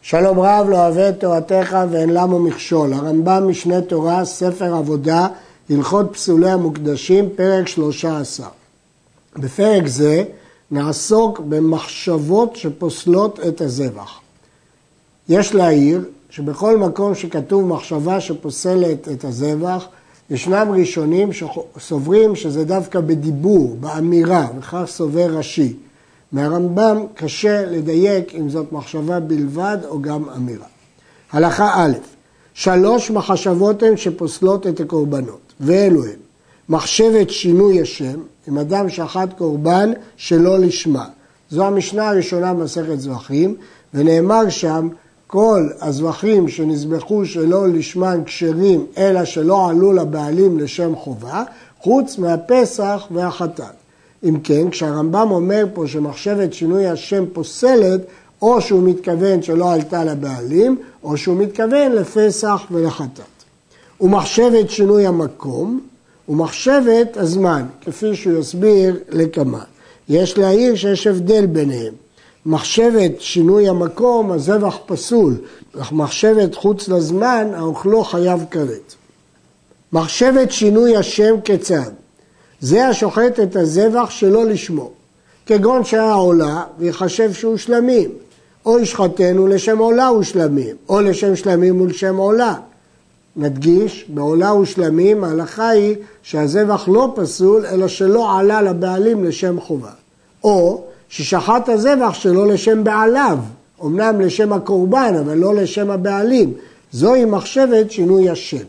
שלום רב לא אוהב את תורתך ואין למו מכשול. הרמב"ם משנה תורה, ספר עבודה, הלכות פסולי המוקדשים, פרק 13. בפרק זה נעסוק במחשבות שפוסלות את הזבח. יש להעיר שבכל מקום שכתוב מחשבה שפוסלת את הזבח, ישנם ראשונים שסוברים שזה דווקא בדיבור, באמירה, וכך סובר רש"י. מהרמב"ם קשה לדייק אם זאת מחשבה בלבד או גם אמירה. הלכה א', 3 מחשבות הן שפוסלות את הקורבנות, ואלו הן: מחשבת שינוי השם, אם אדם שחט קורבן שלא לשמה. זו המשנה הראשונה במסכת זבחים, ונאמר שם, כל הזבחים שנזבחו שלא לשמן כשרים, אלא שלא עלו לבעלים לשם חובה, חוץ מהפסח והחטאת. אם כן, כשהרמב"ם אומר פה שמחשבת שינוי השם פוסלת, או שהוא מתכוון שלא עלתה לבעלים, או שהוא מתכוון לפסח ולחטאת. ומחשבת שינוי המקום, ומחשבת הזמן, כפי שהוא יסביר לכמה. יש להעיר שיש הבדל ביניהם. מחשבת שינוי המקום, הזבח פסול, אך מחשבת חוץ לזמן, האוכלו חייב כרת. מחשבת שינוי השם כיצד? זה השוחט את הזבח שלא לשמו, כגון שהיה עולה ויחשב שהוא שלמים, או ישחטנו לשם עולה ושלמים, או לשם שלמים ולשם עולה. נדגיש, בעולה ושלמים ההלכה היא שהזבח לא פסול, אלא שלא עלה לבעלים לשם חובה. או ששחט הזבח שלא לשם בעליו, אמנם לשם הקורבן, אבל לא לשם הבעלים. זוהי מחשבת שינוי השם.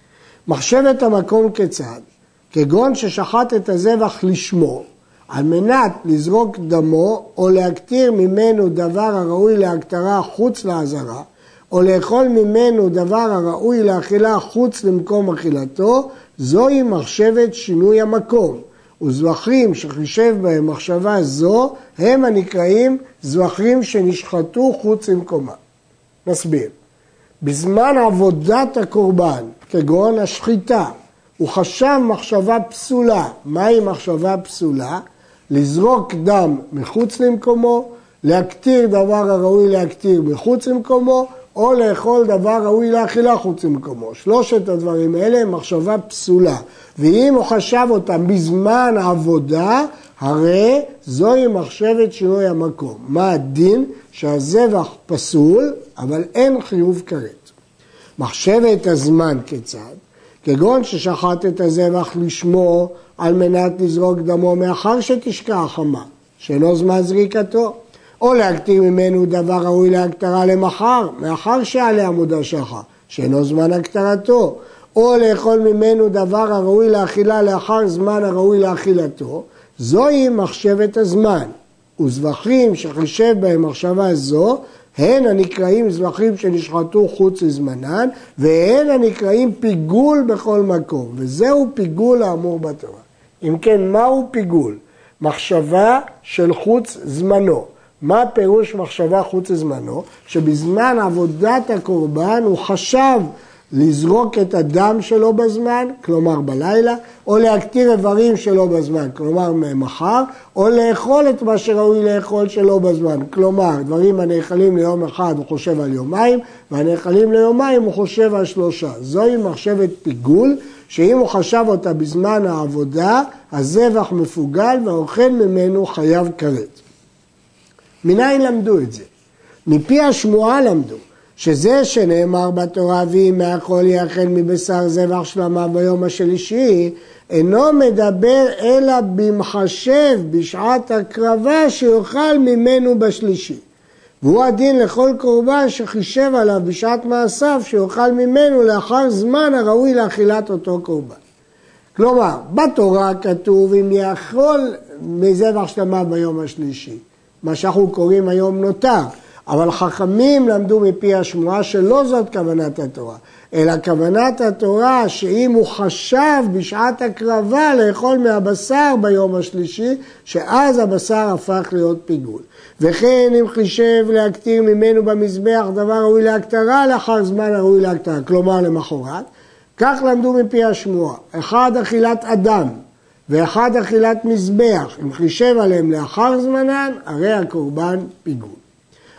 מחשבת המקום כיצד? כגון ששחט את הזבח לשמו, על מנת לזרוק דמו, או להקטיר ממנו דבר הראוי להקטרה חוץ לעזרה, או לאכול ממנו דבר הראוי לאכילה חוץ למקום אכילתו, זוהי מחשבת שינוי המקום. וזבחים שחישב בהם מחשבה זו, הם הנקראים זבחים שנשחטו חוץ למקומה. נסביר. בזמן עבודת הקורבן, כגון השחיטה, הוא חשב מחשבה פסולה. מהי מחשבה פסולה? לזרוק דם מחוץ למקומו, להקטיר דבר הראוי להקטיר מחוץ למקומו, או לאכול דבר ראוי לאכילה חוץ למקומו. 3 הדברים האלה הם מחשבה פסולה. ואם הוא חשב אותם בזמן עבודה, הרי זוהי מחשבת שינוי המקום. מה הדין? שהזבח פסול, אבל אין חיוב כרת. מחשבת הזמן כיצד? כגון ששחט את הזבח לשמו על מנת לזרוק דמו מאחר שתשקע החמה, שאינו זמן זריקתו, או להקטיר ממנו דבר ראוי להקטרה למחר, מאחר שעלה עמוד השחר, שאינו זמן הקטרתו, או לאכול ממנו דבר הראוי לאכילה לאחר זמן הראוי לאכילתו, זוהי מחשבת הזמן. וזבחים שחישב בהם מחשבה זו, הן הנקראים זבחים שנשחטו חוץ לזמנן, והן הנקראים פיגול בכל מקום. וזהו פיגול האמור בתורה. אם כן, מהו פיגול? מחשבה של חוץ זמנו. מה פירוש מחשבה חוץ לזמנו? שבזמן עבודת הקורבן הוא חשב לזרוק את הדם שלו בזמן, כלומר בלילה, או להקטיר איברים שלו בזמן, כלומר מחר, או לאכול את מה שראוי לאכול שלו בזמן, כלומר דברים הנאכלים ליום אחד הוא חושב על יומיים, והנאכלים ליומיים הוא חושב על 3. זוהי מחשבת פיגול, שאם הוא חשב אותה בזמן העבודה, הזבח מפוגל והאוכל ממנו חייב כרת. מניין למדו את זה? מפי השמועה למדו. שזה שנאמר בתורה ואם מהכל יאכל מבשר זבח שלמה ביום השלישי, אינו מדבר אלא במחשב בשעת הקרבה שיאכל ממנו בשלישי. והוא הדין לכל קורבן שחישב עליו בשעת מעשיו שיאכל ממנו לאחר זמן הראוי לאכילת אותו קורבן. כלומר, בתורה כתוב אם יאכל מזבח שלמה ביום השלישי. מה שאנחנו קוראים היום נותר. אבל חכמים למדו מפי השמועה שלא זאת כוונת התורה, אלא כוונת התורה שאם הוא חשב בשעת הקרבה לאכול מהבשר ביום השלישי, שאז הבשר הפך להיות פיגול. וכן אם חישב להקטיר ממנו במזבח דבר ראוי להקטרה לאחר זמן הראוי להקטרה, כלומר למחרת, כך למדו מפי השמועה. אחד אכילת אדם ואחד אכילת מזבח, אם חישב עליהם לאחר זמנן, הרי הקורבן פיגול.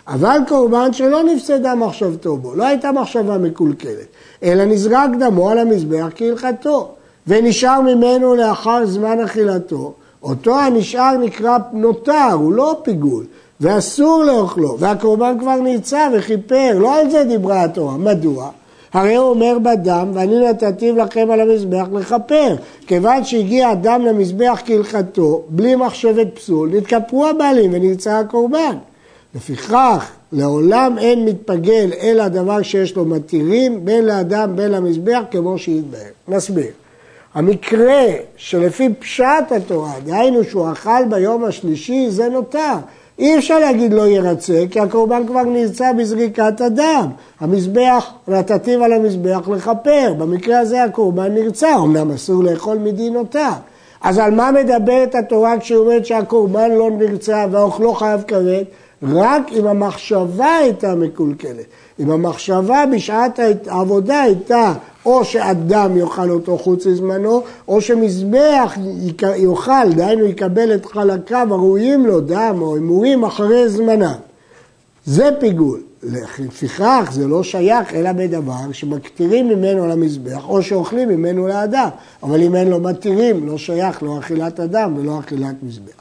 אבל קורבן שלא נפסדה מחשבתו בו, לא הייתה מחשבה מקולקלת, אלא נזרק דמו על המזבח כהלכתו, ונשאר ממנו לאחר זמן אכילתו, אותו הנשאר נקרא נותר, הוא לא פיגול, ואסור לאוכלו, והקורבן כבר נרצה וכיפר, לא על זה דיברה התורה. מדוע? הרי הוא אומר בדם, ואני נתתיו לכם על המזבח לכפר. כיוון שהגיע הדם למזבח כהלכתו, בלי מחשבת פסול, נתכפרו הבעלים ונרצה הקורבן. לפיכך, לעולם אין מתפגל אלא דבר שיש לו מתירים, בין לאדם בין למזבח כמו שהתבהר. נסביר. המקרה שלפי פשט התורה, דהיינו שהוא אכל ביום השלישי, זה נותר. אי אפשר להגיד לא ירצה, כי הקורבן כבר נרצה בזריקת הדם. המזבח, נתתיו על המזבח לכפר. במקרה הזה הקורבן נרצה, אמנם אסור לאכול מדין נותר. אז על מה מדברת התורה כשהיא אומרת שהקורבן לא נרצה והאוכלו חייב כרת? רק אם המחשבה הייתה מקולקלת. אם המחשבה בשעת העבודה הייתה או שאדם יאכל אותו חוץ לזמנו, או שמזבח יאכל, דהיינו יקבל את חלקיו הראויים לו, דם או הימורים אחרי זמנה. זה פיגול. לפיכך זה לא שייך אלא בדבר שמקטירים ממנו למזבח, או שאוכלים ממנו לאדם. אבל אם אין לו מתירים, לא שייך לא אכילת אדם ולא אכילת מזבח.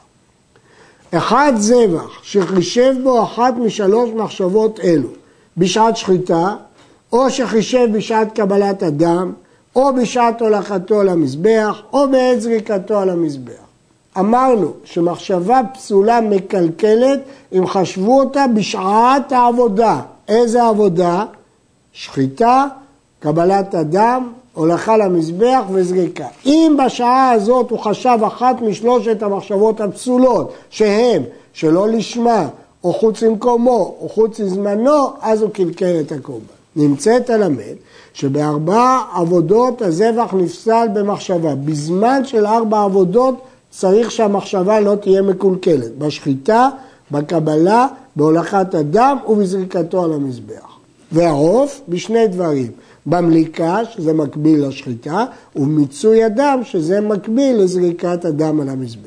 אחד זבח שחישב בו אחת משלוש מחשבות אלו, בשעת שחיטה, או שחישב בשעת קבלת הדם, או בשעת הולכתו למזבח, או בעת זריקתו על המזבח. אמרנו שמחשבה פסולה מקלקלת אם חשבו אותה בשעת העבודה. איזה עבודה? שחיטה, קבלת הדם, הולכה למזבח וזריקה. אם בשעה הזאת הוא חשב אחת משלושת המחשבות הפסולות, שהם שלא לשמה, או חוץ למקומו, או חוץ לזמנו, אז הוא קלקל את הקורבן. נמצאת הלמד שבארבע עבודות הזבח נפסל במחשבה. בזמן של 4 עבודות צריך שהמחשבה לא תהיה מקולקלת. בשחיטה, בקבלה, בהולכת הדם ובזריקתו על המזבח. והעוף בשני דברים. במליקה, שזה מקביל לשחיטה, ובמיצוי הדם, שזה מקביל לזריקת הדם על המזבח.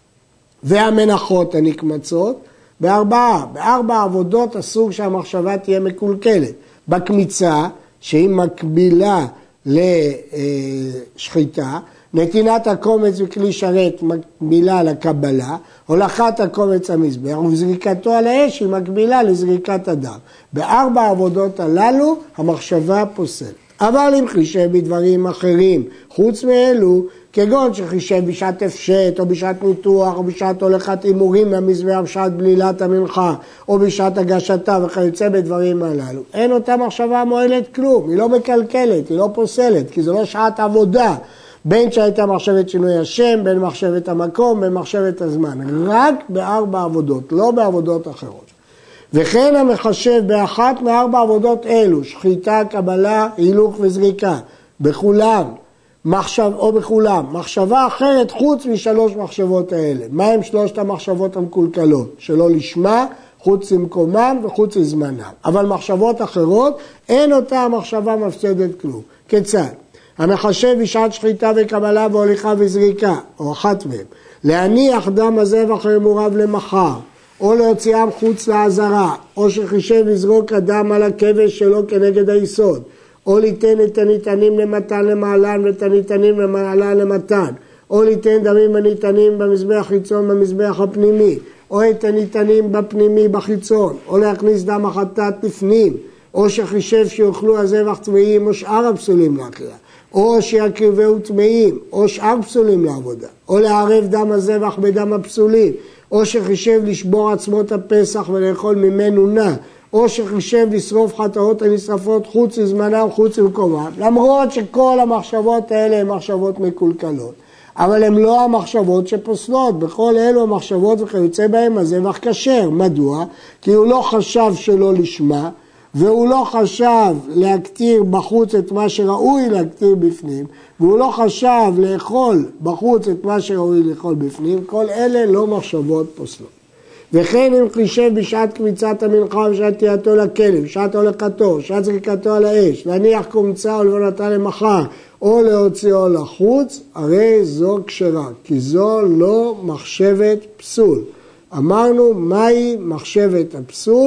והמנחות הנקמצות, בארבע עבודות אסור שהמחשבה תהיה מקולקלת. בקמיצה, שהיא מקבילה לשחיטה, נתינת הקומץ וכלי שרת מקבילה לקבלה, הולכת הקומץ המזבח וזריקתו על האש היא מקבילה לזריקת הדם. ב4 העבודות הללו המחשבה פוסלת. אבל אם חישב בדברים אחרים, חוץ מאלו, כגון שחישב בשעת הפשט, או בשעת ניתוח, או בשעת הולכת אימורים מהמזבח, בשעת בלילת המנחה, או בשעת הגשתה וכיוצא בדברים הללו, אין אותה מחשבה מועלת כלום, היא לא מקלקלת, היא לא פוסלת, כי זו לא שעת עבודה, בין שהייתה מחשבת שינוי השם, בין מחשבת המקום, בין מחשבת הזמן, רק ב4 עבודות, לא בעבודות אחרות. וכן המחשב באחת מ4 עבודות אלו, שחיטה, קבלה, הילוך וזריקה, בכולם, בכולם, מחשבה אחרת חוץ מ3 מחשבות האלה. מה הם 3 המחשבות המקולקלות? שלא לשמה, חוץ למקומם וחוץ לזמנם. אבל מחשבות אחרות, אין אותה המחשבה מפסדת כלום. כיצד? המחשב בשעת שחיטה וקבלה והוליכה וזריקה, או אחת מהם, להניח דם הזבח המורב למחר, או להוציאם חוץ לעזרה, או שחישב לזרוק הדם על הכבש שלו כנגד היסוד, או ליתן את הניתנים למתן למעלן ואת הניתנים למעלן למתן, או ליתן דמים הניתנים במזבח חיצון במזבח הפנימי, או את הניתנים בפנימי בחיצון, או להכניס דם החטאת לפנים, או שחישב שיאכלו הזבח טמאים או שאר הפסולים לאכילה, או שיקריבהו טמאים או שאר פסולים לעבודה, או לערב דם הזבח בדם הפסולים, או שחישב לשבור עצמות הפסח ולאכול ממנו נע, או שחישב לשרוף חטאות הנשרפות חוץ לזמנה וחוץ למקומה, למרות שכל המחשבות האלה הן מחשבות מקולקלות. אבל הן לא המחשבות שפוסלות, בכל אלו המחשבות וכיוצא בהם הזבח כשר. מדוע? כי הוא לא חשב שלא לשמה, והוא לא חשב להקטיר בחוץ את מה שראוי להקטיר בפנים, והוא לא חשב לאכול בחוץ את מה שראוי לאכול בפנים, כל אלה לא מחשבות פוסלות. וכן אם חישב בשעת קמיצת המנחה ובשעת תיאתו לכלב, בשעת הולכתו, בשעת זריקתו על האש, להניח קומצה או לבונתה למחר, או להוציאו לחוץ, הרי זו כשרה, כי זו לא מחשבת פסול. אמרנו מהי מחשבת הפסול?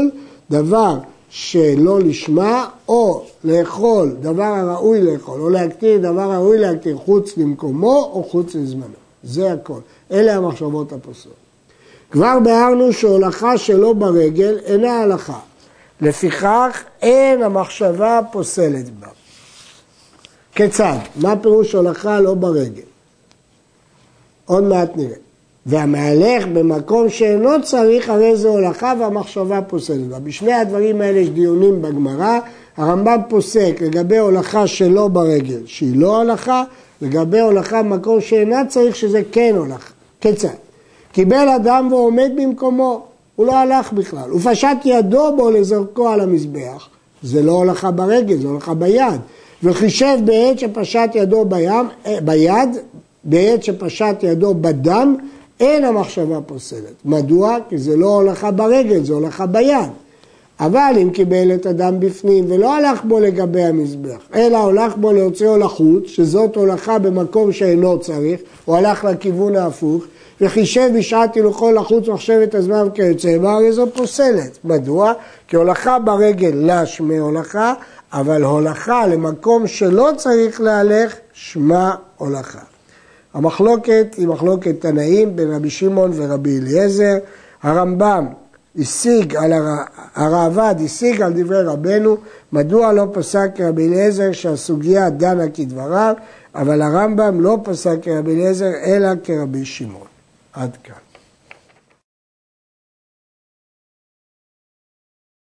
דבר שלא לשמה, או לאכול דבר הראוי לאכול, או להקטיר דבר הראוי להקטיר חוץ למקומו או חוץ לזמנו. זה הכל. אלה המחשבות הפוסלות. כבר ביארנו שהולכה שלא ברגל אינה הלכה. לפיכך אין המחשבה פוסלת בה. כיצד? מה פירוש הולכה לא ברגל? עוד מעט נראה. והמהלך במקום שאינו צריך, הרי זה הולכה והמחשבה פוסלת בה. בשני הדברים האלה יש דיונים בגמרא. הרמב"ם פוסק לגבי הולכה שלא ברגל, שהיא לא הולכה, לגבי הולכה במקום שאינה צריך, שזה כן הולכה. כיצד? קיבל אדם ועומד במקומו, הוא לא הלך בכלל. הוא פשט ידו בו לזרקו על המזבח. זה לא הולכה ברגל, זה הולכה ביד. וחישב בעת שפשט ידו ביד, בעת שפשט ידו בדם, אין המחשבה פוסלת. מדוע? כי זה לא הולכה ברגל, זה הולכה ביד. אבל אם קיבל את הדם בפנים ולא הלך בו לגבי המזבח, אלא הולך בו להוציאו לחוץ, שזאת הולכה במקום שאינו צריך, הוא הלך לכיוון ההפוך, וחישב בשעת הילוכו לחוץ מחשבת הזמן כיוצא בה, הרי זו פוסלת. מדוע? כי הולכה ברגל לה שמי הולכה, אבל הולכה למקום שלא צריך להלך, שמה הולכה. המחלוקת היא מחלוקת תנאים בין רבי שמעון ורבי אליעזר. הרמב"ם השיג על הראב"ד השיג על דברי רבנו, מדוע לא פסק כרבי אליעזר שהסוגיה דנה כדבריו, אבל הרמב"ם לא פסק כרבי אליעזר אלא כרבי שמעון. עד כאן.